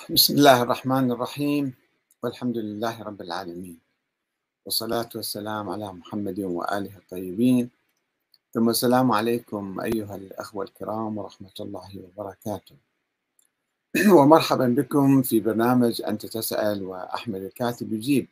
بسم الله الرحمن الرحيم، والحمد لله رب العالمين، والصلاة والسلام على محمد وآله الطيبين، ثم السلام عليكم أيها الأخوة الكرام ورحمة الله وبركاته. ومرحبا بكم في برنامج أنت تسأل وأحمد الكاتب يجيب.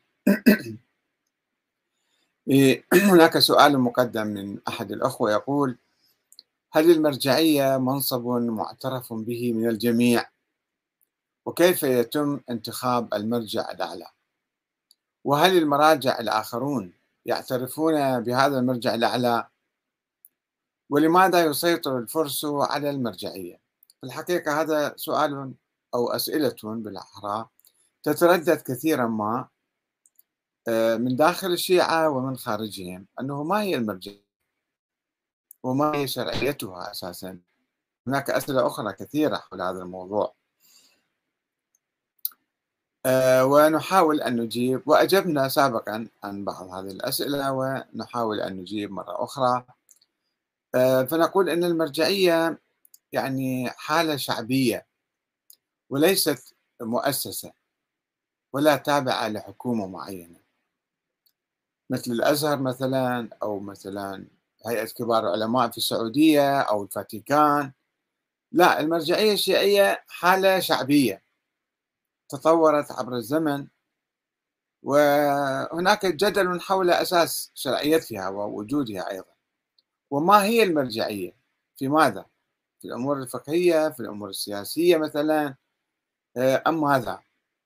هناك سؤال مقدم من أحد الأخوة يقول: هل المرجعية منصب معترف به من الجميع؟ وكيف يتم انتخاب المرجع الأعلى؟ وهل المراجع الآخرون يعترفون بهذا المرجع الأعلى؟ ولماذا يسيطر الفرس على المرجعية؟ في الحقيقة هذا سؤال أو أسئلة بالأحرى تتردد كثيرا ما من داخل الشيعة ومن خارجهم، أنه ما هي المرجعية وما هي شرعيتها أساسا. هناك أسئلة أخرى كثيرة حول هذا الموضوع، ونحاول أن نجيب، وأجبنا سابقا عن بعض هذه الأسئلة ونحاول أن نجيب مرة أخرى. فنقول أن المرجعية يعني حالة شعبية وليست مؤسسة ولا تابعة لحكومة معينة مثل الأزهر مثلا، أو مثلا هيئة كبار العلماء في السعودية أو الفاتيكان. لا، المرجعية الشيعية حالة شعبية تطورت عبر الزمن، وهناك جدل حول أساس شرعيتها ووجودها أيضا. وما هي المرجعية؟ في ماذا؟ في الأمور الفقهية، في الأمور السياسية مثلا، أم ماذا؟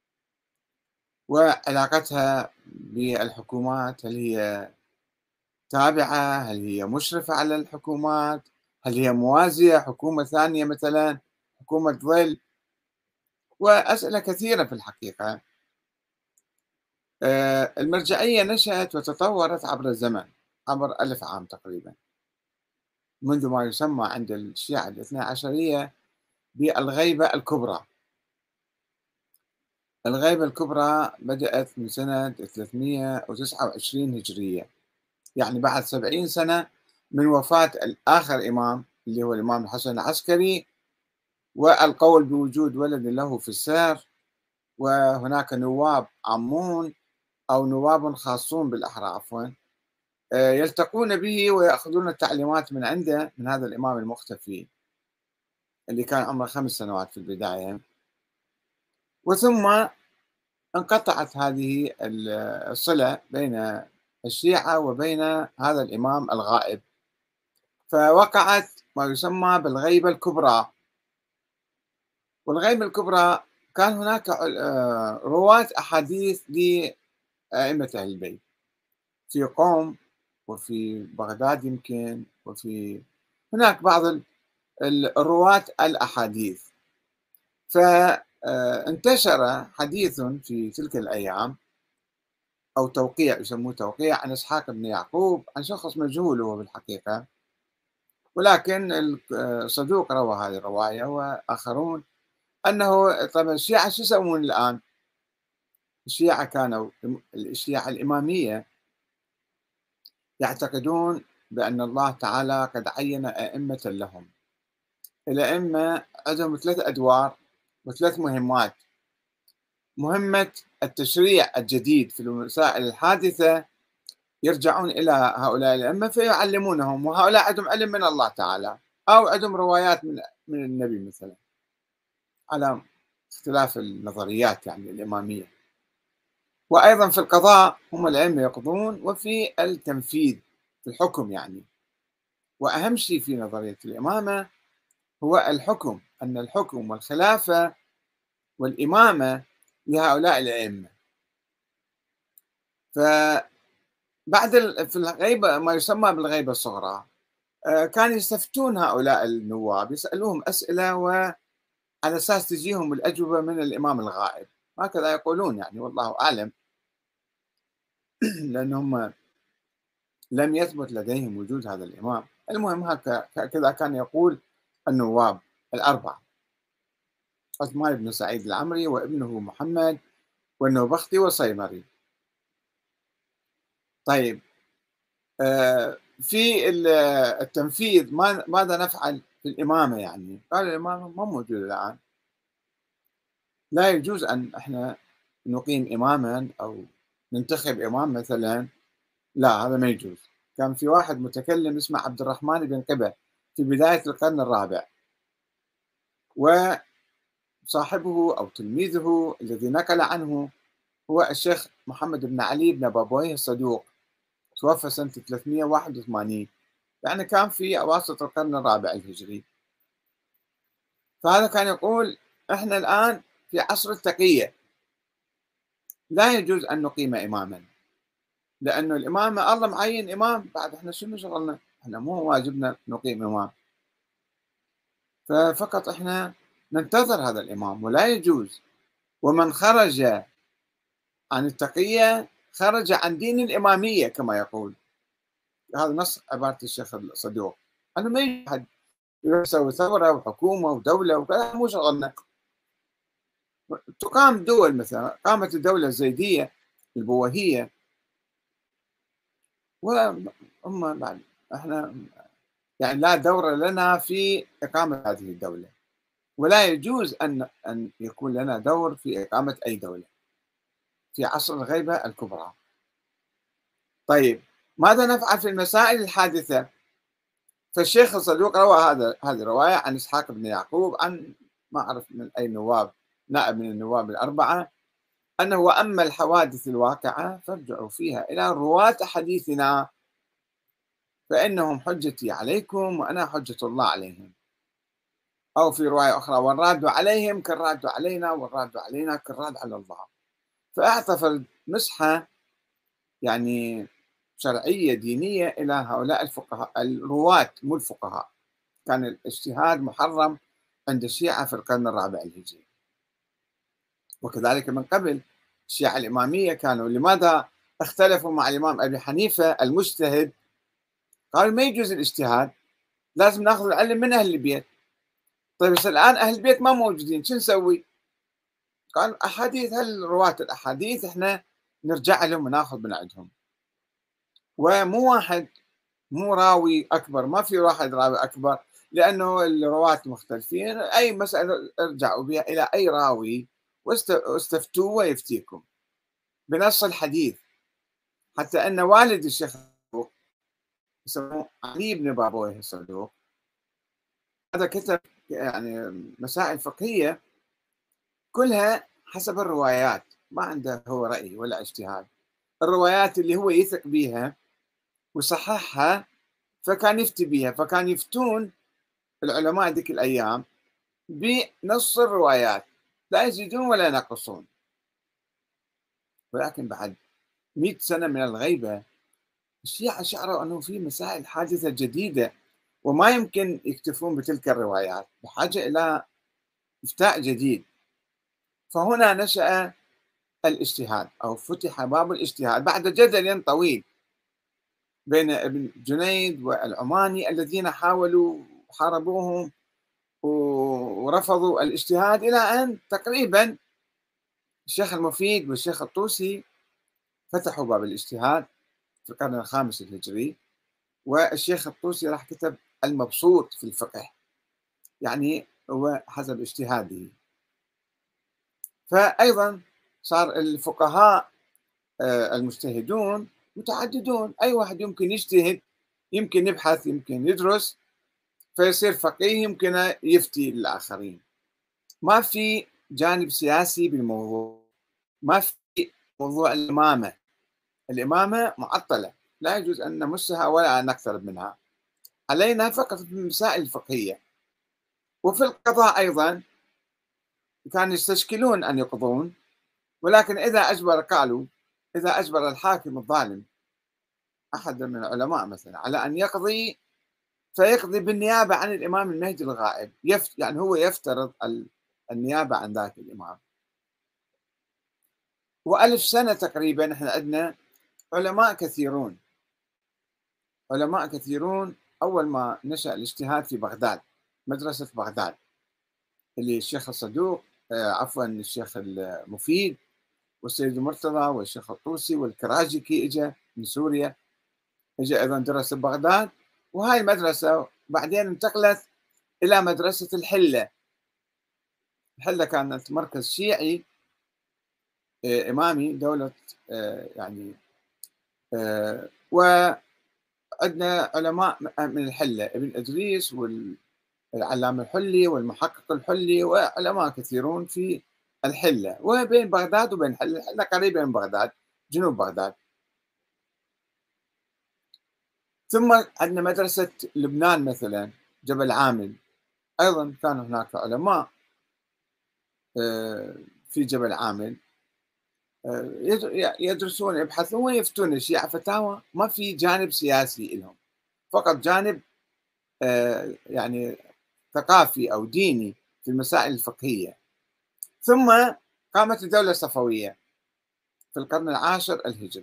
وعلاقتها بالحكومات، هل هي تابعة؟ هل هي مشرفة على الحكومات؟ هل هي موازية حكومة ثانية مثلا حكومة ظل؟ وأسئلة كثيرة في الحقيقة. المرجعية نشأت وتطورت عبر الزمن، عبر 1000 عام تقريبا، منذ ما يسمى عند الشيعة الاثنى عشرية بالغيبة الكبرى. الغيبة الكبرى بدأت من سنة 329 هجرية، يعني بعد 70 سنة من وفاة آخر إمام اللي هو الإمام الحسن العسكري، والقول بوجود ولد له في السير، وهناك نواب عامون أو نواب خاصون بالأحرى عفوا، يلتقون به ويأخذون التعليمات من عنده، من هذا الإمام المختفي اللي كان عمره 5 سنوات في البداية. وثم انقطعت هذه الصلة بين الشيعة وبين هذا الإمام الغائب، فوقعت ما يسمى بالغيبة الكبرى. والغيبة الكبرى كان هناك رواة أحاديث لأئمة أهل البيت في قوم وفي بغداد يمكن، وفي هناك بعض الرواة الأحاديث. فانتشر حديث في تلك الأيام، أو توقيع يسموه توقيع، عن إسحاق بن يعقوب، عن شخص مجهول هو بالحقيقة، ولكن الصدوق روى هذه الرواية وآخرون، أنه طبعا الشيعة شو يسوون الآن؟ الشيعة كانوا الشيعة الإمامية يعتقدون بأن الله تعالى قد عين أئمة لهم. الأئمة عندهم 3 أدوار و3 مهمات. مهمة التشريع الجديد في المسائل الحادثة، يرجعون إلى هؤلاء الأئمة فيعلمونهم، وهؤلاء عندهم علم من الله تعالى أو عندهم روايات من النبي مثلا، على اختلاف النظريات يعني الإمامية. وأيضا في القضاء هم الأئمة يقضون، وفي التنفيذ في الحكم يعني. وأهم شيء في نظرية الإمامة هو الحكم، أن الحكم والخلافة والإمامة لهؤلاء الأئمة. فبعد في الغيبة ما يسمى بالغيبة الصغرى، كانوا يستفتون هؤلاء النواب، يسألوهم أسئلة وعلى أساس تجيهم الأجوبة من الإمام الغائب، هكذا يقولون يعني، والله أعلم. لأنهم لم يثبت لديهم وجود هذا الإمام. المهم هكذا كان يقول النواب ال4: عثمان بن سعيد العمري، وابنه محمد، والنوبختي، والصيمري. طيب، في التنفيذ ماذا نفعل في الإمامة يعني؟ قال الإمامة ما موجودة الآن. لا يجوز أن إحنا نقيم إمامًا أو ننتخب إمام مثلًا، لا هذا ما يجوز. كان في واحد متكلم اسمه عبد الرحمن بن قبة في بداية القرن الرابع، وصاحبه أو تلميذه الذي نقل عنه هو الشيخ محمد بن علي بن بابويه الصدوق، توفى سنة 381، يعني كان في أواسط القرن الرابع الهجري. فهذا كان يقول إحنا الآن في عصر التقية، لا يجوز أن نقيم إمامًا، لأنه الإمامة الله معين إمام، بعد إحنا شنو شغلنا؟ إحنا مو واجبنا نقيم إمام، ففقط إحنا ننتظر هذا الإمام ولا يجوز. ومن خرج عن التقية خرج عن دين الإمامية كما يقول، هذا نص عبارة الشيخ الصدوق، أنه ما يجوز أحد يروح يسوي ثورة وحكومة ودولة وكذا، مو شغلنا. تقام دول، مثلا قامت الدولة الزيدية البويهية، وهم بعد احنا يعني لا دور لنا في إقامة هذه الدولة، ولا يجوز أن يكون لنا دور في إقامة أي دولة في عصر الغيبة الكبرى. طيب، ماذا نفعل في المسائل الحادثة؟ فالشيخ الصدوق روى هذه الرواية عن إسحاق بن يعقوب، عن ما أعرف من أي نواب، نائب من النواب الأربعة، أنه وأما الحوادث الواقعة فارجعوا فيها إلى رواة حديثنا، فإنهم حجتي عليكم وأنا حجة الله عليهم. أو في رواية أخرى: والراد عليهم كالراد علينا والراد علينا كالراد على الله. فأعطى مسحة يعني شرعية دينية إلى هؤلاء الفقهاء الرواة، مو الفقهاء. كان الاجتهاد محرم عند الشيعة في القرن الرابع الهجري، وكذلك من قبل الشيعة الإمامية كانوا لماذا اختلفوا مع الإمام أبي حنيفة المجتهد؟ قالوا ما يجوز الاجتهاد، لازم ناخذ العلم من أهل البيت. طيب بس الآن أهل البيت ما موجودين، شو نسوي؟ قال أحاديث، هل رواة الأحاديث إحنا نرجع لهم وناخذ من عندهم، ومو واحد، مو راوي أكبر، ما في واحد راوي أكبر، لأنه الرواة مختلفين، أي مسألة ارجعوا بها إلى أي راوي واستفتوه ويفتيكم بنص الحديث. حتى أن والد الشيخ الصدوق يسموه علي بن بابويه الصدوق، هذا كتب يعني مسائل فقهية كلها حسب الروايات، ما عنده هو رأي ولا اجتهاد، الروايات اللي هو يثق بها وصححها فكان يفتي بها، فكان يفتون العلماء ذيك الأيام بنص الروايات، لا يزيدون ولا ينقصون. ولكن بعد 100 سنة من الغيبة الشيعة شعروا أنه في مسائل حادثة جديدة وما يمكن يكتفون بتلك الروايات، بحاجة إلى إفتاء جديد. فهنا نشأ الاجتهاد، أو فتح باب الاجتهاد بعد جدل طويل بين ابن جنيد والعماني الذين حاولوا حاربوهم ورفضوا الاجتهاد، إلى أن تقريبا الشيخ المفيد والشيخ الطوسي فتحوا باب الاجتهاد في القرن الخامس الهجري. والشيخ الطوسي راح كتب المبسوط في الفقه، يعني هو حسب اجتهاده. فأيضا صار الفقهاء المجتهدون متعددون، أي واحد يمكن يجتهد، يمكن يبحث، يمكن يدرس فيصير فقيه، يمكن يفتي للآخرين. ما في جانب سياسي بالموضوع، ما في موضوع الإمامة. الإمامة معطلة، لا يجوز أن نمسها ولا أن نقترب منها، علينا فقط في المسائل الفقهية. وفي القضاء أيضا كانوا يستشكلون أن يقضون، ولكن قالوا إذا أجبر الحاكم الظالم أحد من العلماء مثلا على أن يقضي، فيقضي بالنيابة عن الإمام المهدي الغائب، يعني هو يفترض النيابة عن ذاك الإمام. وألف سنة تقريبا احنا عندنا علماء كثيرون، علماء كثيرون. أول ما نشأ الاجتهاد في بغداد، مدرسة بغداد اللي الشيخ الصدوق عفوا الشيخ المفيد والسيد المرتضى والشيخ الطوسي والكراجكي اجى من سوريا، اجى ايضا درس ببغداد. وهاي المدرسة بعدين انتقلت إلى مدرسة الحلة. الحلة كانت مركز شيعي إمامي، دولة يعني وعندنا علماء من الحلة، ابن إدريس والعلامة الحلي والمحقق الحلي وعلماء كثيرون في الحلة، وبين بغداد وبين الحلة. الحلة قريبة من بغداد، جنوب بغداد. ثم عندنا مدرسة لبنان مثلا، جبل عامل، أيضا كان هناك علماء في جبل عامل يدرسون، يبحثون ويفتون الشيعة فتاوى، ما في جانب سياسي لهم، فقط جانب يعني ثقافي أو ديني في المسائل الفقهية. ثم قامت الدولة الصفوية في القرن العاشر الهجري.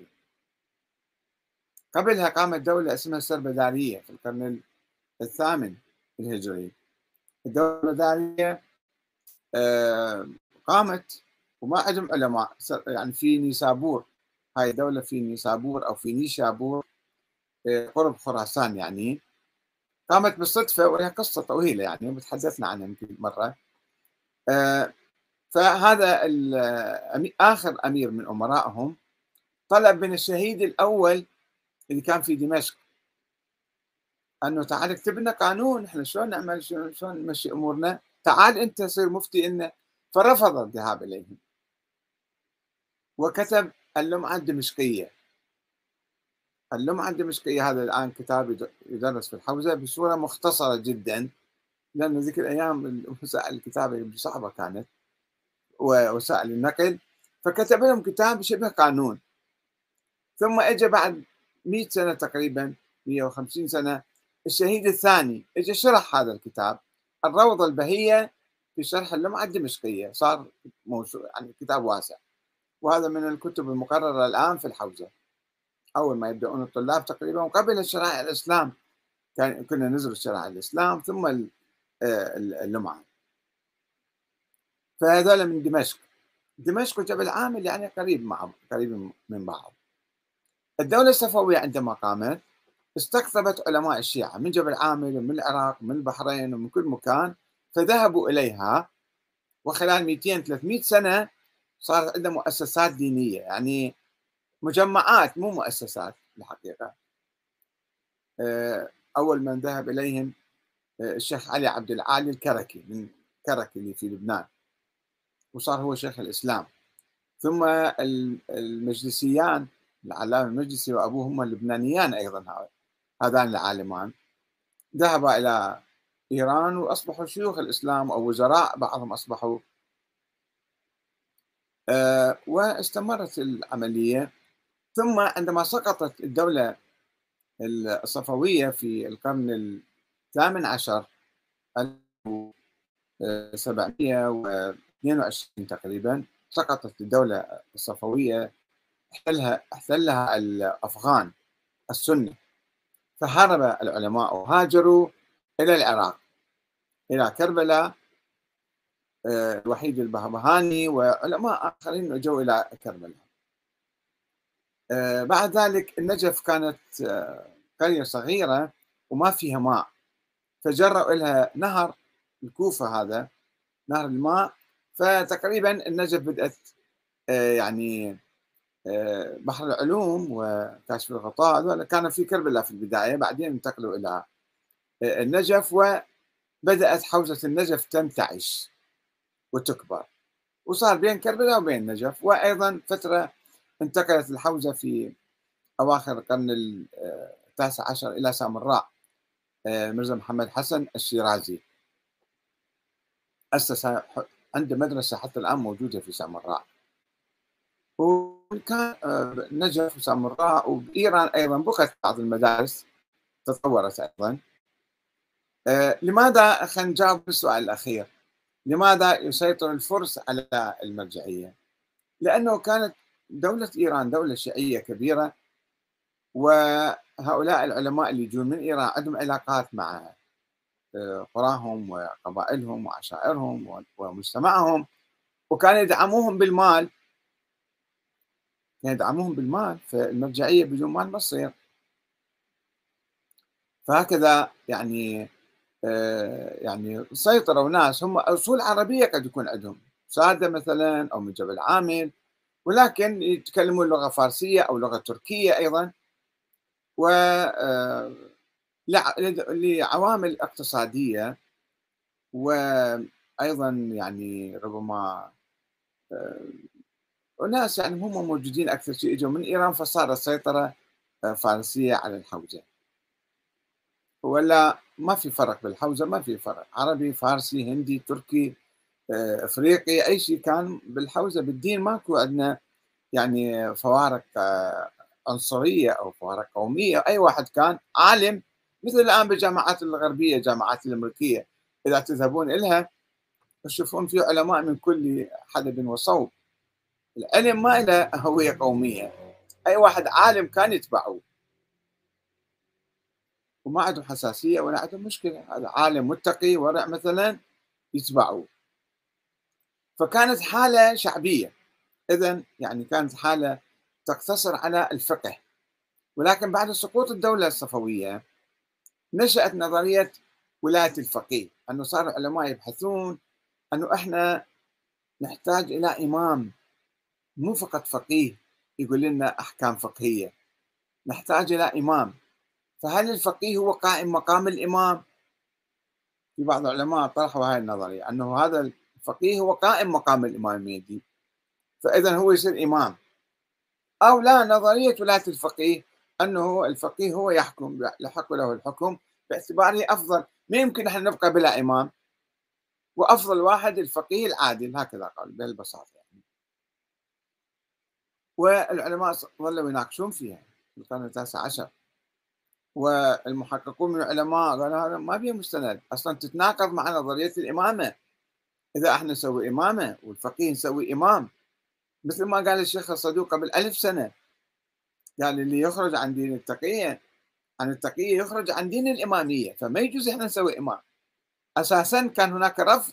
قبلها قامت دولة اسمها السربدارية في القرن الثامن الهجري. الدولة السربدارية آه، قامت وما عندهم علماء، يعني في نيسابور، هاي الدولة في نيسابور أو في نيشابور قرب خراسان يعني. قامت بالصدفة، ولها قصة طويلة يعني وتحدثنا عنها يمكن مرة. آه، فهذا آخر أمير من أمرائهم طلب من الشهيد الأول اللي كان في دمشق أنه تعال اكتب لنا قانون، احنا شلون نعمل، شلون نمشي أمورنا، تعال أنت صير مفتي لنا. فرفض الذهاب إليهم وكتب اللمعة الدمشقية. اللمعة الدمشقية هذا الآن كتاب يدرس في الحوزة بصورة مختصرة جدا، لأن ذيك الأيام وسائل الكتابة صعبة كانت ووسائل النقل، فكتب لهم كتاب شبه قانون. ثم اجى بعد 100 سنة تقريبا، 150 سنة، الشهيد الثاني اجى شرح هذا الكتاب، الروضة البهية في شرح اللمعة الدمشقية، صار موسوعة يعني كتاب واسع. وهذا من الكتب المقررة الآن في الحوزة، أول ما يبدأون الطلاب تقريبا، وقبل شرائع الإسلام كنا ندرس شرائع الإسلام ثم اللمعة. فهذول من دمشق. دمشق وجبل عامل يعني قريب من بعض. الدولة الصفوية عندما قامت استقطبت علماء الشيعة من جبل عامل ومن العراق ومن البحرين ومن كل مكان، فذهبوا إليها. وخلال 200 300 سنة صارت عندها مؤسسات دينية، يعني مجمعات مو مؤسسات الحقيقة. أول من ذهب إليهم الشيخ علي عبد العالي الكركي من كرك اللي في لبنان، وصار هو شيخ الإسلام. ثم المجلسيان، العلامة المجلسي وأبوه هم اللبنانيان أيضا، هذان العالمان ذهبا إلى إيران وأصبحوا شيوخ الإسلام أو وزراء، بعضهم أصبحوا. واستمرت العملية. ثم عندما سقطت الدولة الصفوية في القرن الثامن عشر، 1722 تقريبا، سقطت الدولة الصفوية، احتلها الأفغان السنة، فهرب العلماء وهاجروا إلى العراق، إلى كربلاء. الوحيد البهبهاني وعلماء آخرين اجوا إلى كربلاء. بعد ذلك النجف كانت قرية صغيرة وما فيها ماء، فجروا لها نهر الكوفة، هذا نهر الماء. فتقريبا النجف بدأت يعني بحر العلوم وكاشف الغطاء، هذول كانوا في كربلاء في البداية، بعدين انتقلوا إلى النجف، وبدأت حوزة النجف تنتعش وتكبر، وصار بين كربلاء وبين النجف. وأيضا فترة انتقلت الحوزة في أواخر القرن التاسع عشر إلى سامراء، مرزا محمد حسن الشيرازي أسس عنده مدرسة حتى الآن موجودة في سامراء. وكان نجف وسامراء وبإيران أيضا بقت بعض المدارس تطورت أيضا. لماذا، خلينا نجاوب بالسؤال الأخير، لماذا يسيطر الفرس على المرجعية؟ لأنه كانت دولة إيران دولة شيعية كبيرة، وهؤلاء العلماء اللي يجون من إيران عندهم علاقات مع قراهم وقبائلهم وعشائرهم ومجتمعهم، وكانوا يدعموهم بالمال، فالمرجعية بدون مال ما تصير. فهكذا يعني يعني سيطروا ناس هم أصول عربية قد يكون عندهم، سادة مثلا أو من جبل عامل، ولكن يتكلمون لغة فارسية أو لغة تركية أيضا، و لعوامل اقتصادية، وأيضا يعني ربما آه، وناس يعني هم موجودين أكثر شيء إجوا من إيران، فصارت سيطرة فارسية على الحوزة. ولا ما في فرق بالحوزة، ما في فرق، عربي فارسي هندي تركي افريقي، اي شيء كان بالحوزه بالدين ماكو عندنا يعني فوارق عنصريه او فوارق قوميه. اي واحد كان عالم، مثل الان بالجامعات الغربيه الجامعات الامريكيه اذا تذهبون الها تشوفون في علماء من كل حدب وصوب. العلم ما له هويه قوميه، اي واحد عالم كان يتبعه وما عندهم حساسيه ولا عندهم مشكله، هذا عالم متقي ورع مثلا يتبعه. فكانت حاله شعبيه، إذن يعني كانت حالة تقتصر على الفقه. ولكن بعد سقوط الدولة الصفوية نشأت نظرية ولاية الفقيه، أنه صار العلماء يبحثون أنه إحنا نحتاج إلى إمام، مو فقط فقيه يقول لنا أحكام فقهية، نحتاج إلى إمام. فهل الفقيه هو قائم مقام الإمام؟ في بعض العلماء طرحوا هذه النظرية أنه هذا الفقيه هو قائم مقام الإمام المهدي، فإذا هو يصير إمام. أو لا، نظرية ولاية الفقيه أنه الفقيه هو يحكم، يحق له الحكم باعتباره أفضل، ما يمكن نحن نبقى بلا إمام، وأفضل واحد الفقيه العادل، هكذا قال بهالبساطة يعني. والعلماء ظلوا يناقشون فيها في القرن التاسع عشر، والمحققون من العلماء قالوا هذا ما فيه مستند، أصلا تتناقض مع نظرية الإمامة. إذا احنا نسوي إمامة والفقيه نسوي إمام، مثل ما قال الشيخ الصدوق قبل 1000 سنة، قال اللي يخرج عن دين التقية عن التقية يخرج عن دين الإمامية، فما يجوز إحنا نسوي إمام. أساسا كان هناك رفض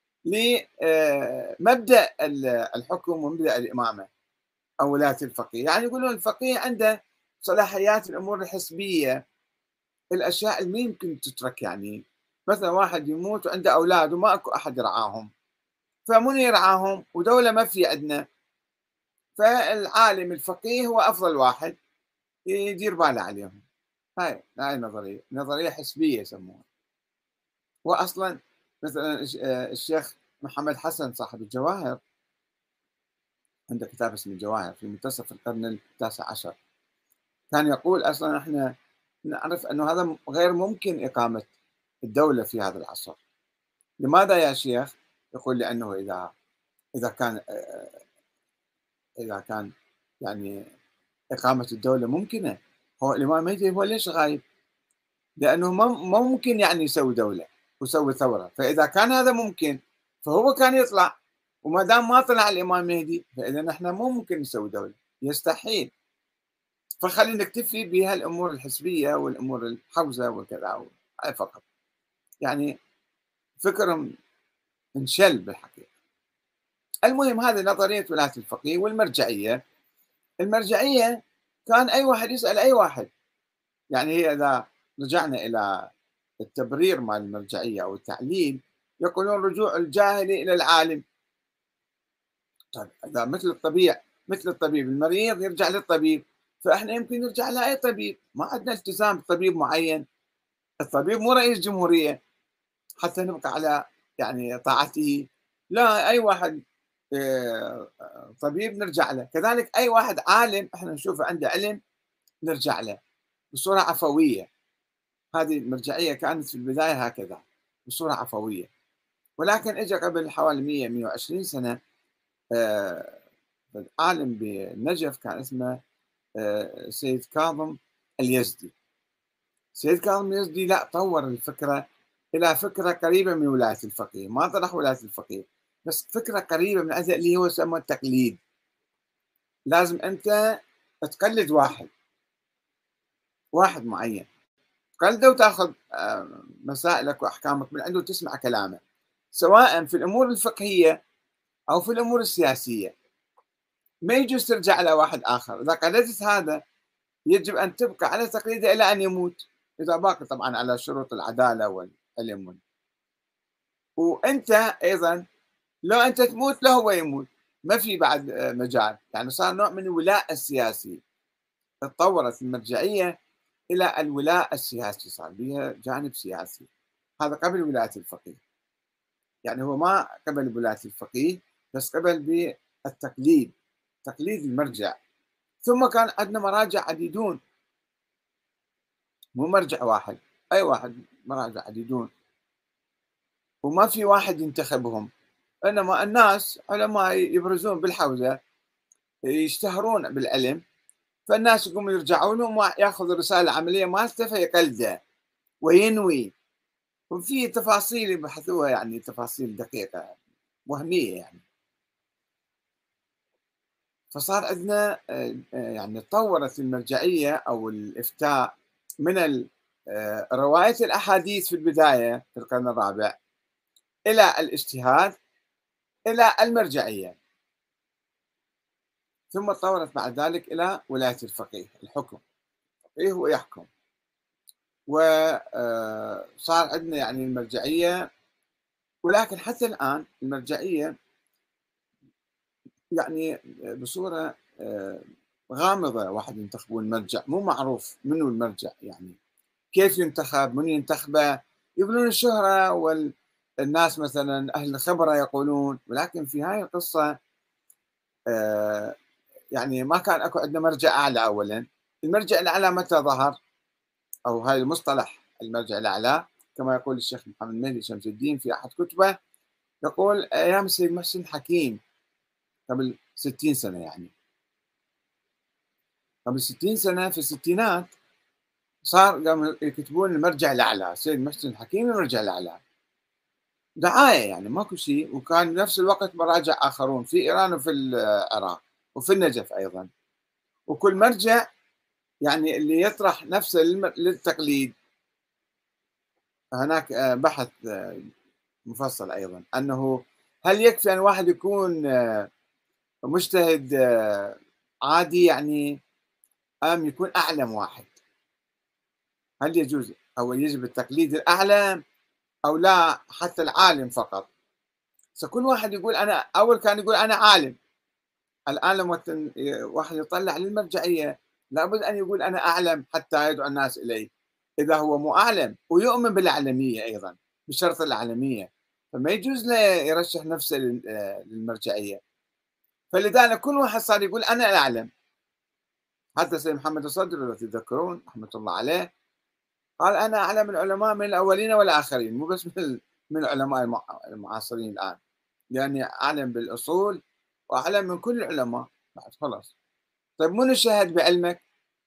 لمبدأ الحكم ومبدأ الإمامة أو ولاية الفقيه، يعني يقولون الفقيه عنده صلاحيات الأمور الحسبية، الأشياء اللي ما يمكن تترك، يعني مثلا واحد يموت وعنده أولاد وما أكو أحد يرعاهم، فمن يرعاهم ودولة ما في عندنا، فالعالم الفقيه هو أفضل واحد يدير باله عليهم. هاي نظرية حسبية يسموها. واصلا مثلا الشيخ محمد حسن صاحب الجواهر عنده كتاب اسمه الجواهر في منتصف القرن التاسع عشر، كان يقول اصلا احنا نعرف انه هذا غير ممكن اقامه الدوله في هذا العصر. لماذا يا شيخ؟ يقول لانه اذا كان اذا كان يعني اقامه الدوله ممكنه، هو الامام المهدي هو ليش غايب؟ لانه ما ممكن يعني يسوي دوله ويسوي ثوره، فاذا كان هذا ممكن فهو كان يطلع، وما دام ما طلع الامام المهدي فاذا نحن مو ممكن نسوي دوله، يستحيل. فخلينا نكتفي بهالامور الحسبيه والامور الحوزه وكذا، هاي فقط يعني فكر انشل بالحقيقه. المهم هذه نظريه ولايه الفقيه. والمرجعيه، المرجعيه كان اي واحد يسال اي واحد، يعني هي اذا رجعنا الى التبرير مال المرجعيه او التعليل، يقولون رجوع الجاهل الى العالم. طيب اذا مثل الطبيب المريض يرجع للطبيب، فاحنا يمكن نرجع لاي طبيب، ما عندنا التزام بطبيب معين. الطبيب مو رئيس جمهوريه حتى نبقى على يعني طاعته، لا، اي واحد طبيب نرجع له. كذلك اي واحد عالم احنا نشوفه عنده علم نرجع له بصوره عفويه. هذه المرجعيه كانت في البدايه هكذا بصوره عفويه. ولكن اجى قبل حوالي 100 120 سنه آه، عالم بالنجف كان اسمه سيد كاظم اليزدي. سيد كاظم اليزدي لا، طور الفكره الى فكره قريبه من ولايه الفقيه، ما طرح ولايه الفقيه بس فكره قريبه من هذا اللي هو يسمى التقليد. لازم انت تقلد واحد معين، تقلده وتاخذ مسائلك واحكامك من عنده وتسمع كلامه، سواء في الامور الفقهيه او في الامور السياسيه. ما يجوز ترجع على واحد اخر. اذا قلدت هذا يجب ان تبقى على تقليده الى ان يموت، اذا باقي طبعا على شروط العداله علم. وأنت أيضا لو أنت تموت له هو يموت، ما في بعد مجال، يعني صار نوع من الولاء السياسي. تطورت المرجعية إلى الولاء السياسي، صار بها جانب سياسي. هذا قبل ولاية الفقيه، يعني هو ما قبل بولاية الفقيه، بس قبل بالتقليد، تقليد المرجع. ثم كان عندنا مراجع عديدون، مو مرجع واحد، أي واحد، مراجع عديدون، وما في واحد ينتخبهم، إنما الناس علماء يبرزون بالحوزة، يشتهرون بالعلم، فالناس يقوموا يرجعون لهم وياخذ الرسالة العملية مالته فيقلده وينوي. وفي تفاصيل يبحثوها، يعني تفاصيل دقيقة وهمية يعني. فصار عندنا يعني تطورت المرجعية أو الإفتاء من رواية الأحاديث في البداية في القرن الرابع إلى الاجتهاد إلى المرجعية، ثم تطورت بعد ذلك إلى ولاية الفقيه، الحكم، الفقيه هو يحكم. وصار عندنا يعني المرجعية، ولكن حتى الآن المرجعية يعني بصورة غامضة، واحد ينتخبون مرجع مو معروف منو المرجع، يعني كيف ينتخب، من ينتخبه، يقولون الشهرة والناس مثلا أهل الخبرة يقولون، ولكن في هاي القصة آه، يعني ما كان أكو عندنا مرجع أعلى. أولا المرجع الأعلى متى ظهر، أو هاي المصطلح المرجع الأعلى، كما يقول الشيخ محمد مهدي شمس الدين في أحد كتبه، يقول أيام السيد محسن حكيم قبل 60 سنة، يعني قبل 60 سنة في الستينات صار قاموا يكتبون المرجع الأعلى، السيد محسن الحكيم المرجع الأعلى، دعاية يعني ماكو شيء. وكان بنفس الوقت مراجع آخرون في إيران وفي العراق وفي النجف أيضا، وكل مرجع يعني اللي يطرح نفسه للتقليد. هناك بحث مفصل أيضا أنه هل يكفي أن واحد يكون مجتهد عادي يعني، أم يكون أعلم واحد؟ هل يجوز أو يجب التقليد الأعلم أو لا حتى العالم فقط؟ فكل واحد يقول أنا، أول كان يقول أنا عالم، الآن لما واحد يطلع للمرجعية لابد أن يقول أنا أعلم حتى يدعو الناس إليه. إذا هو مو أعلم ويؤمن بالعلمية أيضا، بشرط العلمية، فما يجوز له يرشح نفسه للمرجعية. فلذلك كل واحد صار يقول أنا أعلم. حتى سيد محمد الصدر لو تتذكرون رحمة الله عليه قال أنا أعلم العلماء من الأولين والآخرين، مو بس من العلماء المعاصرين الآن، لأني أعلم بالأصول وأعلم من كل العلماء بعد خلاص. طيب منو شهد بعلمك؟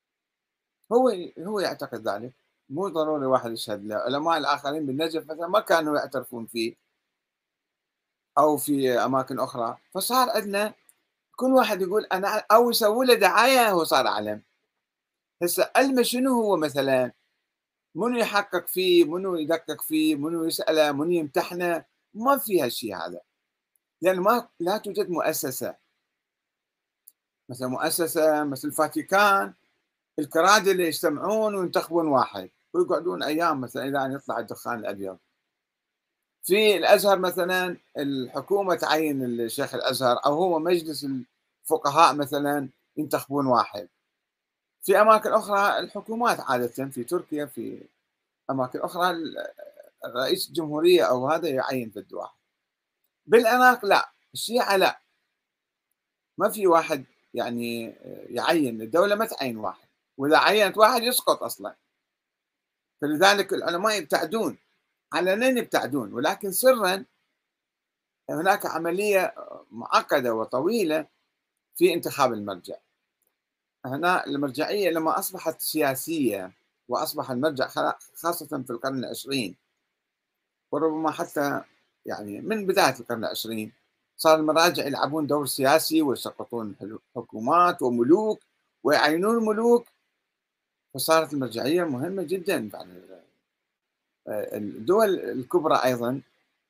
هو يعتقد ذلك، مو ضروري واحد يشهد له. علماء الآخرين بالنجف مثلا ما كانوا يعترفون فيه، أو في أماكن أخرى. فصار عندنا كل واحد يقول أنا، أو يسوي له دعاية هو صار أعلم. هسه علمه شنو هو مثلا؟ منو يحقق فيه، منو يدقق فيه، منو يسأله، منو يمتحنه؟ ما في هالشيء هذا، لأن ما لا توجد مؤسسة، مثل مؤسسة مثل الفاتيكان، الكرادة يجتمعون وينتخبون واحد ويقعدون أيام مثلا إلى أن يطلع الدخان الأبيض. في الأزهر مثلا الحكومة تعين الشيخ الأزهر، أو هو مجلس الفقهاء مثلا ينتخبون واحد. في أماكن أخرى الحكومات عادة، في تركيا في أماكن أخرى رئيس الجمهورية أو هذا يعين في واحد. بالعراق لا، الشيعة لا، ما في واحد يعني يعين، الدولة ما تعين واحد، وإذا عينت واحد يسقط أصلا. فلذلك العلماء يبتعدون، علنا يبتعدون، ولكن سرا هناك عملية معقدة وطويلة في انتخاب المرجع. هنا المرجعية لما أصبحت سياسية وأصبح المرجع خاصة في القرن العشرين، وربما حتى يعني من بداية القرن العشرين، صار المراجع يلعبون دور سياسي ويسقطون حكومات وملوك ويعينون ملوك. فصارت المرجعية مهمة جدا. يعني الدول الكبرى أيضا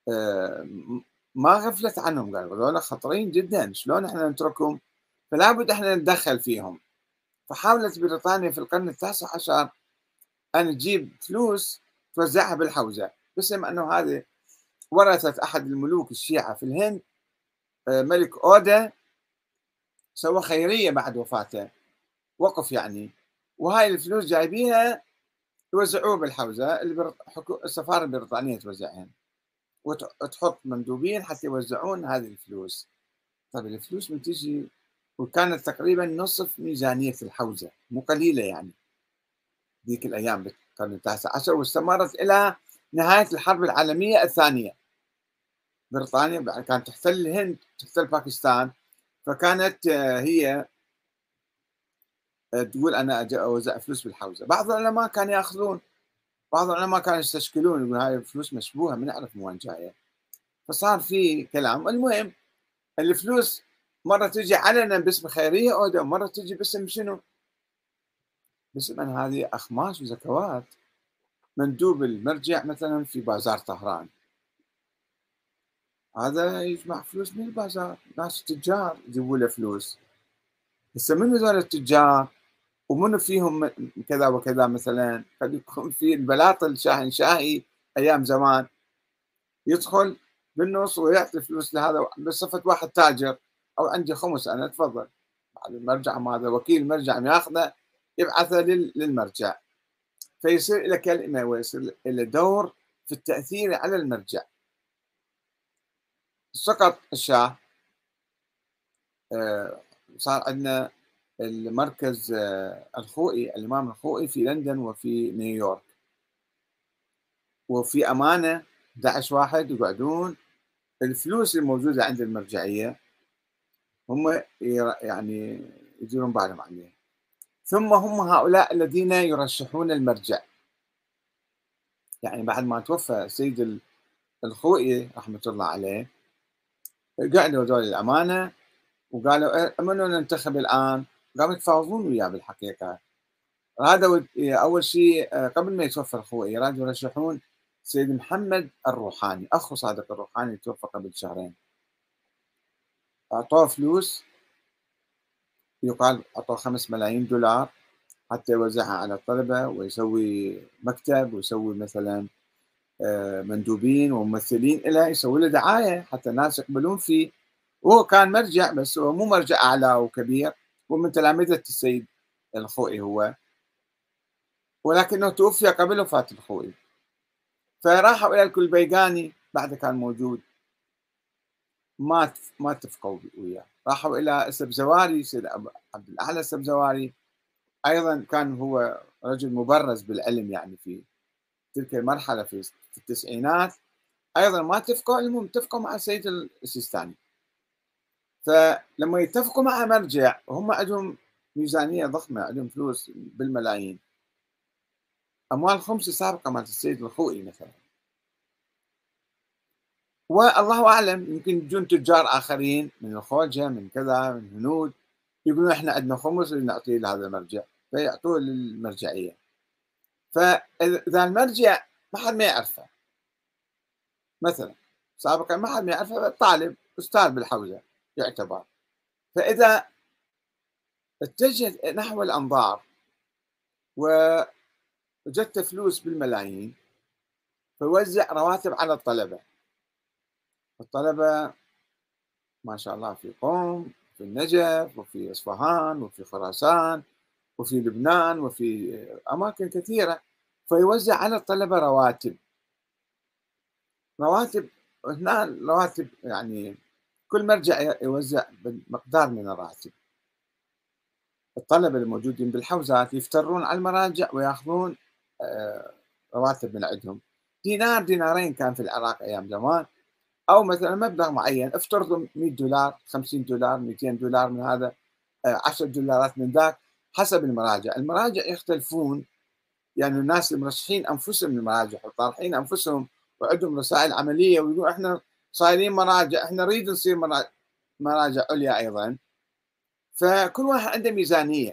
ما غفلت عنهم، قالوا هذول خطرين جدا، شلون احنا نتركهم؟ فلا بد احنا نتدخل فيهم. فحاولت بريطانيا في القرن التاسع عشر أن تجيب فلوس توزعها بالحوزة، باسم أنه هذا ورثة أحد الملوك الشيعة في الهند، ملك أودا، سوى خيرية بعد وفاته، وقف يعني، وهاي الفلوس جايبيها يوزعوها بالحوزة اللي السفارة البريطانية توزعها، وتحط مندوبين حتى يوزعون هذه الفلوس. طيب الفلوس من تجي، وكانت تقريبا نصف ميزانية الحوزة، مو قليلة يعني ذيك الأيام بالقرن التاسع عشر، واستمرت إلى نهاية الحرب العالمية الثانية. بريطانيا كانت تحتل الهند، تحتل باكستان، فكانت هي تقول أنا أجي أوزع فلوس بالحوزة. بعض العلماء كانوا يأخذون، بعض العلماء كانوا يستشكلون، يقول هاي الفلوس مشبوهة، ما نعرف من وين جاية. فصار في كلام. المهم الفلوس مرة تجي علنا باسم خيرية أودا، ومرة تجي باسم شنو؟ باسم أن هذه أخماس وزكوات. مندوب المرجع مثلا في بازار طهران، هذا يجمع فلوس من البازار، ناس تجار يجيبوا له فلوس. هسه من هذول التجار ومن فيهم كذا وكذا، مثلا قد يكون في البلاط الشاهنشاهي ايام زمان يدخل بالنص ويعطي فلوس لهذا بصفه واحد تاجر، او عندي خمس انا تفضل، بعد المرجع هذا وكيل المرجع ياخذه يبعثه للمرجع، فيصير له كلمه ويصير له دور في التاثير على المرجع. سقط الشاه، صار عندنا المركز الخوئي، الإمام الخوئي في لندن وفي نيويورك، وفي أمانة 11 واحد يقعدون. الفلوس الموجودة عند المرجعية هم يعني يديرون بالهم عليها، ثم هم هؤلاء الذين يرشحون المرجع. يعني بعد ما توفى السيد الخوئي رحمة الله عليه، قعدوا هذول الأمانة وقالوا منو ننتخب الآن؟ قاموا يتفاوضون وياه بالحقيقة. هذا اول شيء قبل ما يتوفى الخوئي رادوا يرشحون سيد محمد الروحاني، اخو صادق الروحاني توفى قبل شهرين. اعطوه فلوس، يقال اعطوه 5 ملايين دولار حتى يوزعها على الطلبه، ويسوي مكتب، ويسوي مثلا مندوبين وممثلين له، يسوي له دعايه حتى الناس يقبلون فيه. وهو كان مرجع، بس هو مو مرجع اعلى وكبير، ومن تلامذه السيد الخوئي هو، ولكنه توفي قبل وفاه الخوئي. فراحوا الى الكلبيقاني بعد كان موجود، ما اتفقوا وياه. راحوا الى السبزواري، سيد عبد الاعلى السبزواري، ايضا كان هو رجل مبرز بالعلم يعني في تلك المرحله في التسعينات، ايضا ما اتفقوا. المهم اتفقوا مع السيد السيستاني. فلما يتفقوا مع مرجع وهم عندهم ميزانيه ضخمه، عندهم فلوس بالملايين، اموال خمسه سابقه مالت السيد الخوئي مثلا، والله اعلم يمكن يجون تجار اخرين من الخوجه من كذا من الهنود يقولون احنا عندنا خمس نعطيه لهذا المرجع، فيعطوه للمرجعيه. فاذا المرجع ما حد ما يعرفه مثلا، سابقا ما حد ما يعرفه، طالب استاذ بالحوزه يعتبر، فاذا اتجه نحو الانظار وجدت فلوس بالملايين، فيوزع رواتب على الطلبه. الطلبه ما شاء الله في قوم، في النجف، وفي اصفهان، وفي خراسان، وفي لبنان، وفي اماكن كثيره، فيوزع على الطلبه رواتب. رواتب هنا رواتب يعني كل مرجع يوزع بمقدار من الراتب. الطلبه الموجودين بالحوزات يفترون على المراجع وياخذون رواتب من عندهم، دينار دينارين كان في العراق ايام زمان، او مثلا مبلغ معين، افترضوا 100 دولار، 50 دولار، 200 دولار من هذا، 10 دولارات من ذاك، حسب المراجع. المراجع يختلفون، يعني الناس المرشحين انفسهم المراجع وطارحين انفسهم وعندهم رسائل عمليه ويقولون احنا صايرين مراجع، احنا نريد نصير مراجع عليا ايضا. فكل واحد عنده ميزانيه،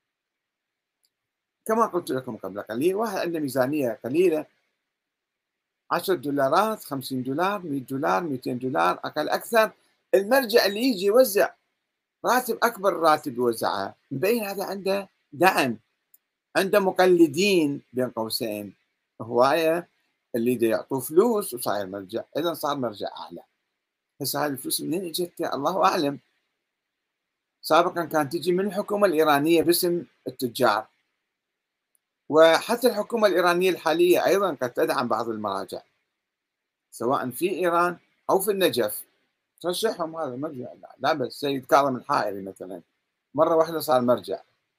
كما قلت لكم قبل قليل، واحد عنده ميزانيه قليله، 10 دولارات، 50 دولار، 100 دولار، 200 دولار، اقل اكثر. المرجع اللي يجي يوزع راتب اكبر، راتب يوزعها، مبين هذا عنده دعم، عنده مقلدين بين قوسين هوايه، اللي دا يعطوه فلوس وصاير مرجع، إذا صار مرجع أعلى. هسه هاي الفلوس منين إجت الله أعلم. سابقا كانت تجي من الحكومة الإيرانية باسم التجار، وحتى الحكومة الإيرانية الحالية أيضا قد تدعم بعض المراجع سواء في إيران أو في النجف، ترشحهم هذا مرجع. لا بس سيد كاظم الحائري مثلا مرة واحدة صار مرجع،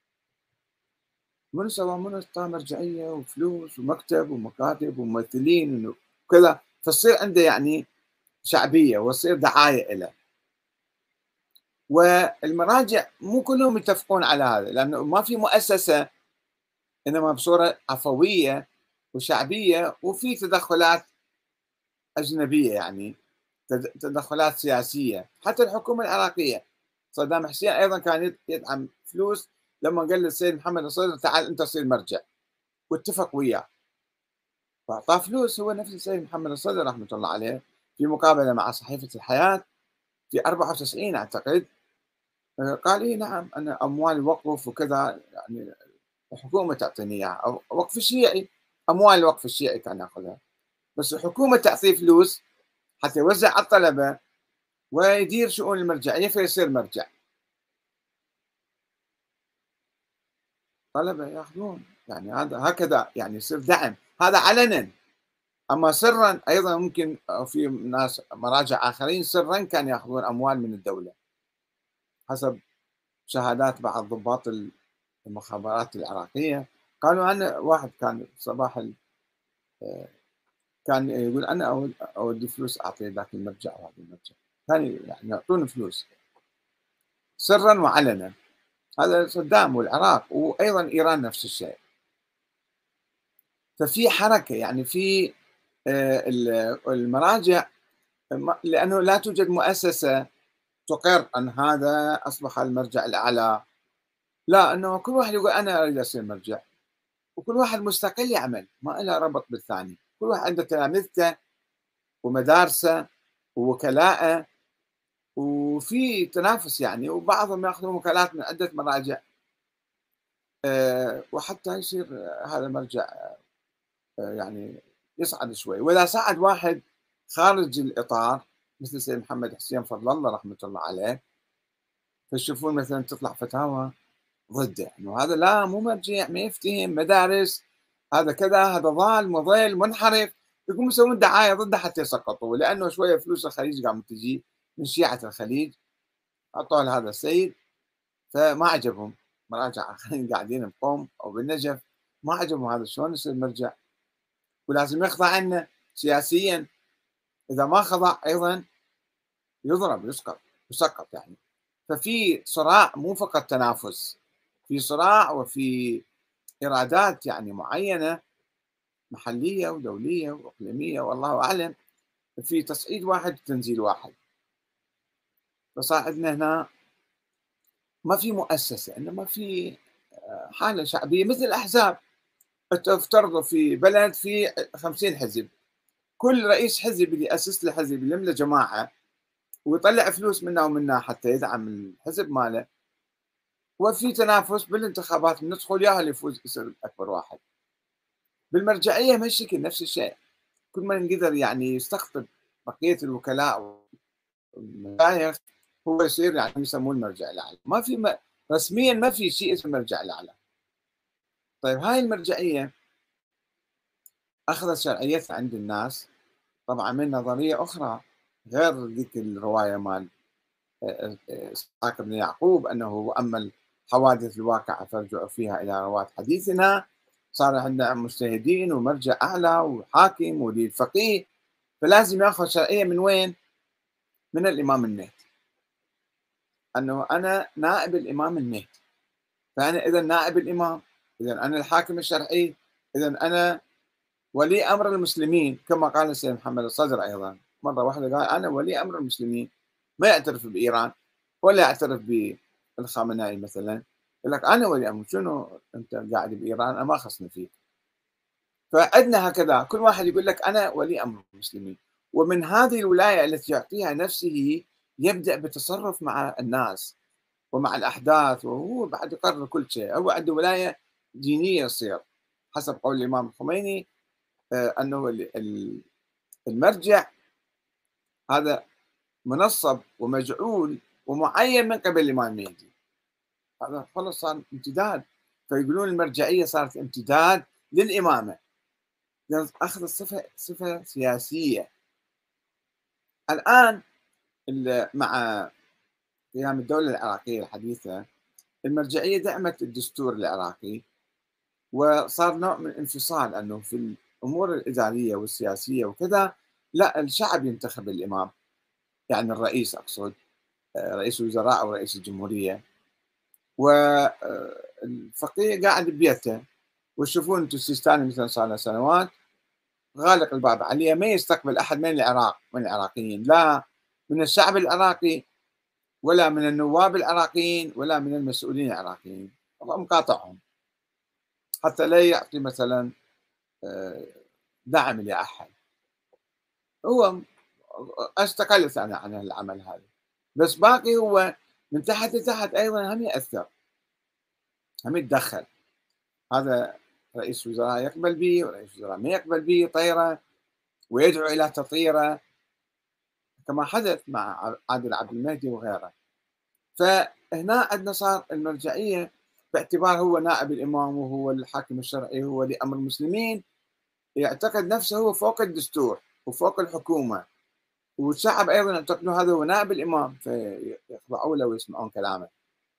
منو سوى؟ منو اعطاه مرجعية وفلوس ومكتب ومكاتب وممثلين وكذا، فتصير عنده يعني شعبية وتصير دعاية له. والمراجع مو كلهم يتفقون على هذا، لأنه ما في مؤسسة، إنما بصورة عفوية وشعبية، وفي تدخلات أجنبية يعني تدخلات سياسية. حتى الحكومة العراقية صدام حسين أيضا كان يدعم فلوس لما قال للسيد محمد الصدر تعال أنت صير مرجع، واتفق وياه فأعطاه فلوس. هو نفس السيد محمد الصدر رحمة الله عليه في مقابلة مع صحيفة الحياة في 94 أعتقد، قال إيه نعم أنا أموال الوقف وكذا يعني الحكومة تعطيني إياها، أو وقف الشيعي، أموال الوقف الشيعي كان يأخذها، بس الحكومة تعطيه فلوس حتى يوزع على الطلبة ويدير شؤون المرجعية فيصير مرجع. طلبة ياخذون يعني هذا هكذا يعني يصير دعم، هذا علنا. أما سرا أيضا ممكن في ناس مراجع آخرين سرا كانوا يأخذون أموال من الدولة حسب شهادات بعض ضباط المخابرات العراقية. قالوا أنا واحد كان صباح كان يقول أنا أودي فلوس أعطي ذاك المرجع وهذا المرجع، كان يعني يعطون فلوس سرا وعلنا. هذا صدام والعراق وأيضا إيران نفس الشيء. ففي حركة يعني في المراجع، لأنه لا توجد مؤسسة تقر أن هذا أصبح المرجع الأعلى، لا، أنه كل واحد يقول أنا أريد أصير مرجع، وكل واحد مستقل يعمل ما له ربط بالثاني، كل واحد عنده تلامذته ومدارسه ووكلاءه وفي تنافس يعني، وبعضهم ياخذون وكالات من عدة مراجع وحتى يصير هذا مرجع يعني يصعد شوي. وإذا صعد واحد خارج الإطار مثل سيد محمد حسين فضل الله رحمة الله عليه، فتشوفون مثلا تطلع فتاوى ضده انه هذا لا مو مرجع، ما يفتهم مدارس، هذا كذا، هذا ضال مضل منحرف، يقوموا يسوون دعايه ضده حتى يسقطوا، لانه شويه فلوس الخليج قامت تجي من شيعه الخليج اعطوها لهذا السيد، فما عجبهم مراجع اخرين قاعدين بقوم او بالنجف، ما عجبهم هذا شلون يصير مرجع ولازم يخضع لنا سياسيا، اذا ما خضع ايضا يضرب يسقط يعني. ففي صراع مو فقط تنافس، في صراع وفي إرادات يعني معينة محلية ودولية وإقليمية والله أعلم في تصعيد واحد وتنزيل واحد. فصار عندنا هنا ما في مؤسسة، إنما في حالة شعبية مثل الأحزاب. افترضوا في بلد في 50 حزب، كل رئيس حزب اللي يأسس له حزب يلم له جماعة ويطلع فلوس منا ومنا حتى يدعم الحزب ماله، وفي تنافس بالانتخابات ندخل ياهو اللي يفوز يصير أكبر واحد. بالمرجعية مهالشكل نفس الشيء، كل ما يقدر يعني يستقطب بقية الوكلاء والمشايخ هو يصير يعني يسموه المرجع الأعلى. ما في رسميا ما في شيء اسمه المرجع الأعلى. طيب هاي المرجعية أخذت شرعيتها عند الناس طبعا من نظرية أخرى غير ذيك الرواية مال إسحاق بن يعقوب أنه أما الحوادث الواقعة فارجعوا فيها إلى رواة حديثنا. صار عندنا مجتهدين ومرجع أعلى وحاكم ولي فقيه، فلازم ياخذ شرعية من وين؟ من الإمام المهدي، أنه أنا نائب الإمام المهدي، فأنا إذا نائب الإمام، إذا أنا الحاكم الشرعي، إذا أنا ولي أمر المسلمين، كما قال السيد محمد الصدر أيضا مرة واحدة قال أنا ولي أمر المسلمين، ما يعترف بإيران ولا يعترف بالخامنائي مثلا، يقول لك أنا ولي أمر، شنو أنت قاعد بإيران أنا ما خصني فيك. فعندنا هكذا كل واحد يقول لك أنا ولي أمر المسلمين، ومن هذه الولاية التي يعطيها نفسه يبدأ بالتصرف مع الناس ومع الأحداث، وهو بعد يقرر كل شيء، هو عنده ولاية دينية يصير حسب قول الإمام الخميني أنه المرجع هذا منصب ومجعول ومعين من قبل الإمام المهدي، هذا خلص صار امتداد، فيقولون المرجعية صارت امتداد للإمامة، لأن أخذت صفة سياسية. الآن مع قيام الدولة العراقية الحديثة، المرجعية دعمت الدستور العراقي، وصار نوع من الانفصال، أنه في الأمور الإدارية والسياسية وكذا لا، الشعب ينتخب الإمام، يعني الرئيس أقصد، رئيس الوزراء أو رئيس الجمهورية، والفقيه قاعد ببيته. وتشوفون انتم السيستاني مثلا صار له سنوات غالق الباب عليه، ما يستقبل احد من العراق، من العراقيين، لا من الشعب العراقي ولا من النواب العراقيين ولا من المسؤولين العراقيين، الله مقاطعهم حتى لا يعطي مثلا آه، دعم لاحد. هو استقلت انا عن العمل هذا، بس باقي هو من تحت لتحت ايضا هم ياثر، هم يتدخل. هذا رئيس وزراء يقبل به ورئيس وزراء ما يقبل به طيره، ويدعو الى تطهيره كما حدث مع عادل عبد المهدي وغيره. فهنا عندنا صار المرجعيه باعتبار هو نائب الامام وهو الحاكم الشرعي، هو ولي امر المسلمين، يعتقد نفسه هو فوق الدستور وفوق الحكومه، والشعب ايضا يعتقد هذا هو نائب الامام، فيخضعوا له ويسمعون كلامه.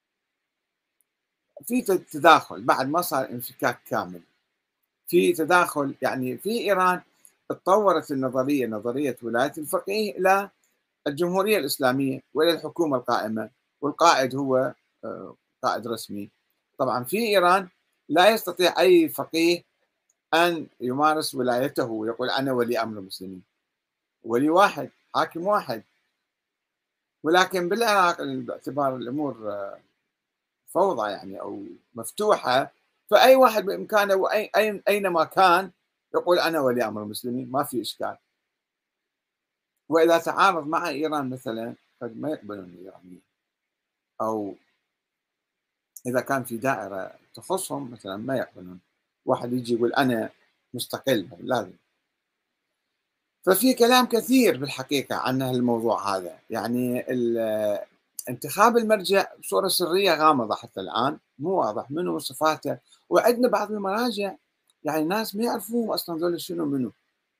في تداخل بعد ما صار انفكاك كامل، في تداخل. يعني في ايران تطورت النظريه، نظريه ولايه الفقيه، الى الجمهوريه الاسلاميه والى الحكومه القائمه، والقائد هو قائد رسمي. طبعا في ايران لا يستطيع اي فقيه ان يمارس ولايته ويقول انا ولي امر المسلمين، ولي واحد، حاكم واحد. ولكن بالعراق باعتبار الامور فوضى يعني او مفتوحه، فاي واحد بامكانه اينما كان يقول انا ولي امر المسلمين، ما في اشكال. واذا تعارض مع ايران مثلا قد ما يقبلون الايرانيين، او اذا كان في دائره تخصهم مثلا ما يقبلون واحد يجي يقول انا مستقل، لازم. ففي كلام كثير بالحقيقه عن الموضوع هذا، يعني انتخاب المرجع بصوره سريه غامضه حتى الان، مو واضح منو صفاته. وعندنا بعض المراجع يعني ناس ما يعرفوهم اصلا ذول شنو منو،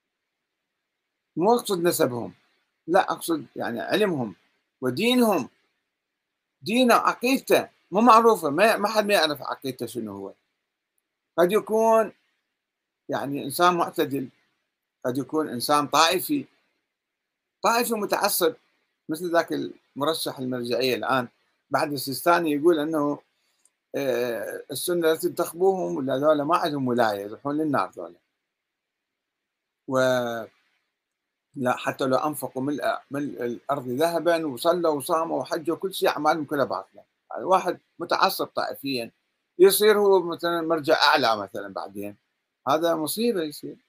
مو اقصد نسبهم، لا اقصد يعني علمهم ودينهم، دينه عقيدته مو معروفه، ما حد ما يعرف عقيدته شنو هو. قد يكون يعني انسان معتدل، قد يكون انسان طائفي متعصب، مثل ذاك المرشح المرجعيه الان بعد السيستاني يقول انه السنه لا تنتخبوهم ولا ذولا ما عندهم ولايه، يروحون للنار ذولا، ولا حتى لو انفقوا ملء الارض ذهبا وصلوا وصاموا وحجوا كل شيء اعمالهم كلها باطله. يعني واحد متعصب طائفيا يصير هو مثلا مرجع اعلى مثلا بعدين، هذا مصيبه يصير.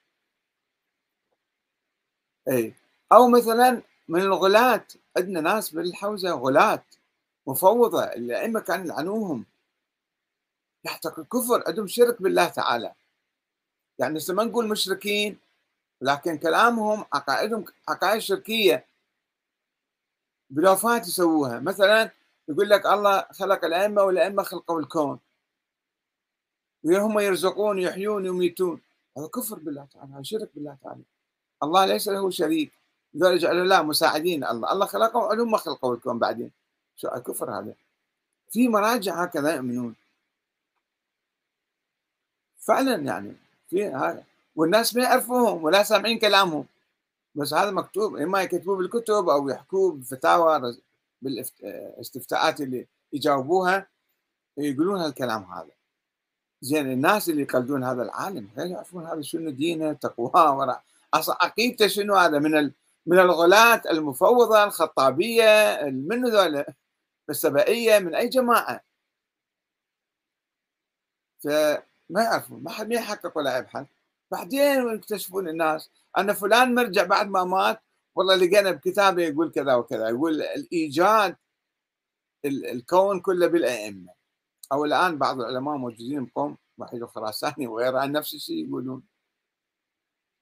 اي، او مثلا من الغلاة، عندنا ناس بالحوزه غلاة مفوضه، الائمه كانوا يلعنوهم، يعتقد كفر، عندهم شرك بالله تعالى. يعني هسه ما نقول مشركين، لكن كلامهم عقائدهم عقائد شركيه بلوفات يسووها. مثلا يقول لك الله خلق الائمه والائمه خلقوا الكون، وهم يرزقون ويحيون ويميتون، هذا كفر بالله تعالى، هذا شرك بالله تعالى. الله ليس له شريك، لذلك جعلوا لا مساعدين، الله خلقهم وهم خلقوا الكون بعدين، شو كفر هذا. في مراجع هكذا يؤمنون فعلا، يعني في هذا، والناس ما يعرفوهم ولا سامعين كلامهم، بس هذا مكتوب، اما يكتبوه بالكتب او يحكوه بالفتاوى، بالاستفتاءات اللي يجاوبوها يقولون هالكلام هذا. زين الناس اللي يقلدون هذا العالم غير يعرفون هذا شنو دينه، تقواه، وراء اصلا عقيدته شنو، هذا من الغلاة المفوضه الخطابيه، من ذولا السبائيه، من اي جماعه. فما يعرفون، ما حد ما يحقق ولا يبحث. بعدين يكتشفون الناس ان فلان مرجع بعد ما مات، والله لقينا بكتابه يقول كذا وكذا، يقول الايجاد الكون كله بالائمه. او الان بعض العلماء موجودين بقوم وحيد الخراساني وغيره نفس الشيء يقولون.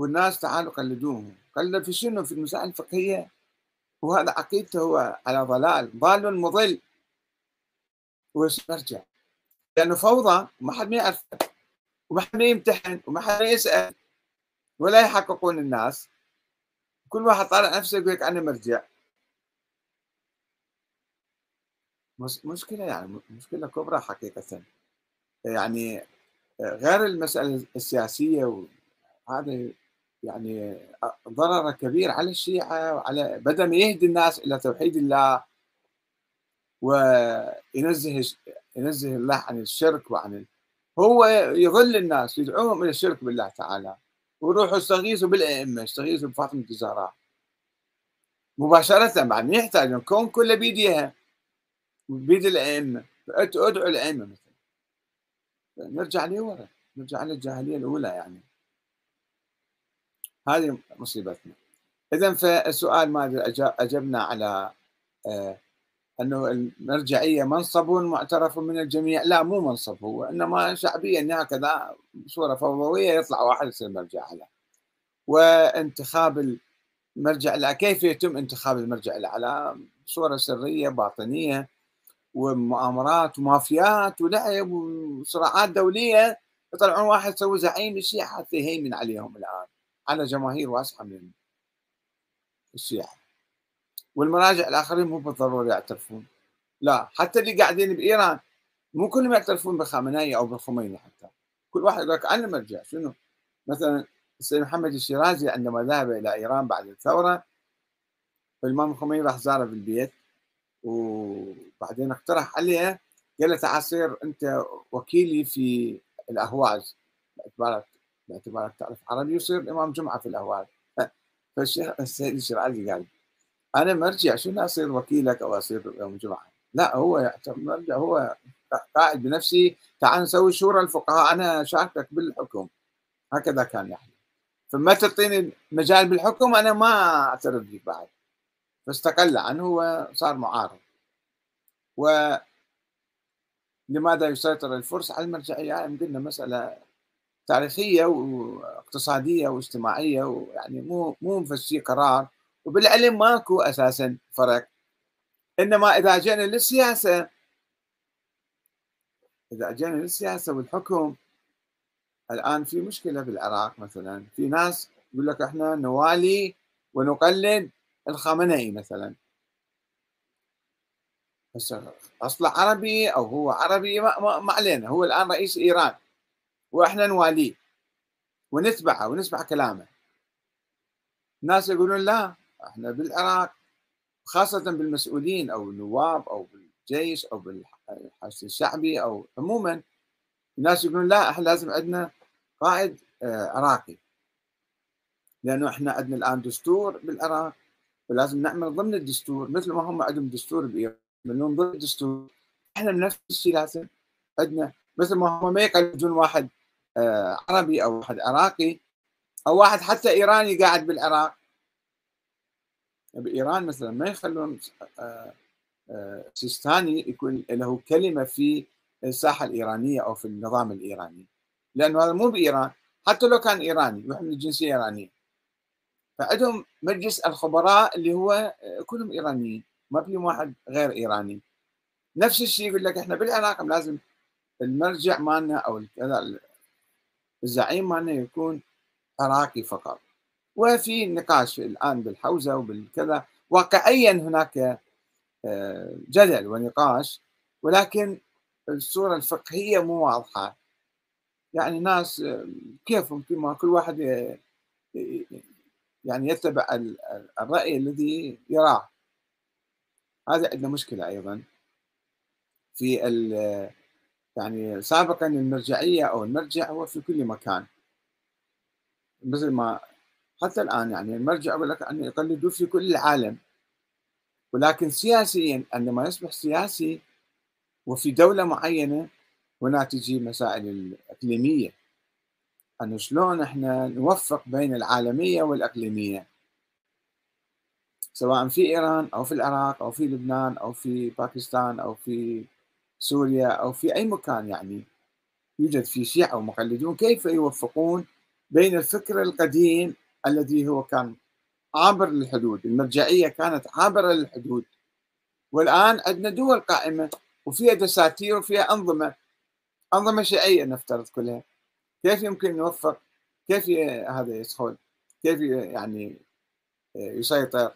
والناس تعالوا قلدوهم. قلدوا في شنو؟ في المسائل الفقهية، وهذا عقيدته هو على ضلال، ضال مضل. ويرجع لأنه فوضى، ما حد ما يعرف، وما حد ما يمتحن، وما حد ما يسأل، ولا يحققون الناس. كل واحد طالع نفسه يقول لك أنا مرجع. مشكلة، يعني مشكلة كبرى حقيقة. يعني غير المسألة السياسية، وهذا يعني ضرر كبير على الشيعة، وعلى بدل ما يهدي الناس إلى توحيد الله ينزه الله عن الشرك هو يضل الناس، يدعوهم إلى الشرك بالله تعالى، ويروحوا يستغيثوا بالأئمة، يستغيثوا بفاطمة الزهراء مباشرة، بعد ما يحتاج الكون كله بيديها، بيد الأئمة. ادعوا الأئمة مثلا. نرجع لورا، نرجع للجاهلية الأولى يعني. هذه مصيبتنا. إذا فالسؤال ماذا أجبنا على آه، أنه المرجعية منصب معترف من الجميع؟ لا، مو منصب هو، إنما شعبية، إن هكذا بصورة فوضوية يطلع واحد يصير مرجع له. وانتخاب المرجع له، كيف يتم انتخاب المرجع له؟ على صورة سرية باطنية، ومؤامرات ومافيات ولعب وصراعات دولية، يطلعون واحد يسوي زعيم الشيعة حتى يهيمن عليهم الآن، على جماهير واسعة من الشيعة. والمراجع الآخرين مو بالضرورة يعترفون، لا، حتى اللي قاعدين بإيران مو كلهم يعترفون بخامنئي أو بالخميني. حتى كل واحد يقول لك أنا مرجع. شنو؟ مثلا السيد محمد الشيرازي عندما ذهب إلى إيران بعد الثورة، الإمام الخميني راح زاره بالبيت، وبعدين اقترح عليه، قال له تعال صير أنت وكيلي في الأهواز، باعتبارك تعرف عربي، يصير إمام جمعة في الأهواز. فالشيخ السيد الشيرازي قال أنا مرجع، شنو أصير وكيلك أو أصير يوم جمعة؟ لا، هو يعتبر مرجع، هو قاعد بنفسي، تعال نسوي شورى الفقهاء، أنا شاركك بالحكم. هكذا كان يعني. فما تعطيني مجال بالحكم أنا ما أعترف بك بعد. فاستقل عنه وصار معارض. ولماذا يسيطر الفرس على المرجعية؟ يعني قلنا مسألة تاريخية واقتصادية واجتماعية، ويعني مو في قرار، وبالعلم ماكو أساسا فرق. إنما إذا جينا للسياسة والحكم، الآن في مشكلة بالعراق مثلا. في ناس يقول لك احنا نوالي ونقلد الخامنئي مثلا، بس أصله عربي أو هو عربي، ما علينا، هو الآن رئيس إيران وإحنا نواليه ونتبعه ونسمع كلامه. الناس يقولون لا، احنا بالعراق، خاصة بالمسؤولين أو النواب أو بالجيش أو بالحشد الشعبي أو عموما، الناس يقولون لا، احنا لازم عندنا قائد عراقي، لأنه احنا عندنا الآن دستور بالعراق، ولازم نعمل ضمن الدستور مثل ما هم عندهم دستور بإيران، يعملون ضمن الدستور. احنا بنفس الشيء لازم عندنا، مثل ما هم ما يقلدون واحد عربي أو واحد عراقي أو واحد حتى إيراني قاعد بالعراق. بإيران مثلا ما يخلون آه، سيستاني يكون له كلمة في الساحة الإيرانية أو في النظام الإيراني، لأنه هذا مو بإيران. حتى لو كان إيراني ويحمل الجنسية إيرانية، فعندهم مجلس الخبراء اللي هو كلهم إيرانيين، ما في واحد غير إيراني. نفس الشيء يقول لك احنا بالعراق لازم المرجع مالنا أو كذا، الزعيم مالنا يكون عراقي فقط. وفي نقاش الآن بالحوزة وبالكذا، واقعيا هناك جدل ونقاش، ولكن الصورة الفقهية مو واضحة. يعني ناس كيفهم، كما كل واحد يعني يتبع الرأي الذي يراه. هذا عندنا مشكلة أيضا في يعني سابقا المرجعية أو المرجع هو في كل مكان، مثل ما حتى الآن يعني المرجع يقول لك أن يقلدوا في كل العالم. ولكن سياسيا عندما يصبح سياسي وفي دولة معينة، هنا تجي مسائل الإقليمية، أنه شلون إحنا نوفق بين العالمية والإقليمية، سواء في إيران أو في العراق أو في لبنان أو في باكستان أو في سوريا أو في أي مكان يعني يوجد في شيعة ومقلدون، كيف يوفقون بين الفكر القديم الذي هو كان عابر للحدود، المرجعية كانت عابرة للحدود، والآن عندنا دول قائمة وفيها دساتير وفيها أنظمة شيعية نفترض كلها. كيف يمكن نوفق؟ كيف هذا يدخل؟ كيف يعني يسيطر؟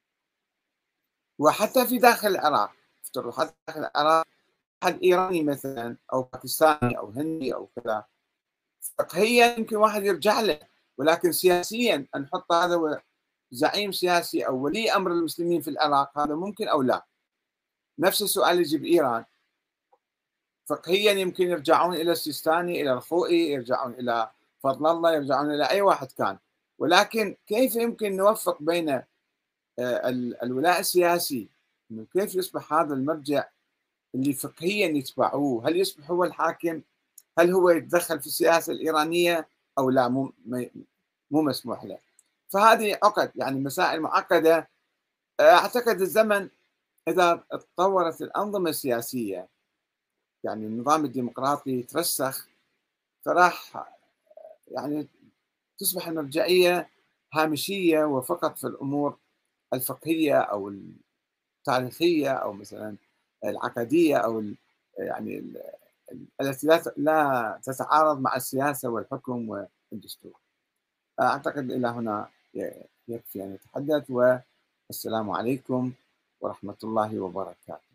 وحتى في داخل العراق، افترض حتى داخل العراق واحد إيراني مثلا أو باكستاني أو هندي أو كذا، فقهيا يمكن واحد يرجع له، ولكن سياسيا أن نحط هذا هو زعيم سياسي أو ولي أمر المسلمين في العراق، هذا ممكن أو لا؟ نفس السؤال يجي بإيران، فقهيا يمكن يرجعون إلى السيستاني، إلى الخوئي، يرجعون إلى فضل الله، يرجعون إلى أي واحد كان، ولكن كيف يمكن نوفق بين الولاء السياسي، إنه كيف يصبح هذا المرجع اللي فقهيا يتبعوه، هل يصبح هو الحاكم؟ هل هو يتدخل في السياسة الإيرانية أو لا؟ مو مسموح له. فهذه عقد، يعني مسائل معقدة. أعتقد الزمن إذا تطورت الأنظمة السياسية، يعني النظام الديمقراطي يترسخ، فراح يعني تصبح المرجعية هامشية وفقط في الأمور الفقهية أو التاريخية أو مثلا العقدية أو يعني التي لا تتعارض مع السياسة والحكم والدستور. أعتقد إلى هنا يكفي أن نتحدث، والسلام عليكم ورحمة الله وبركاته.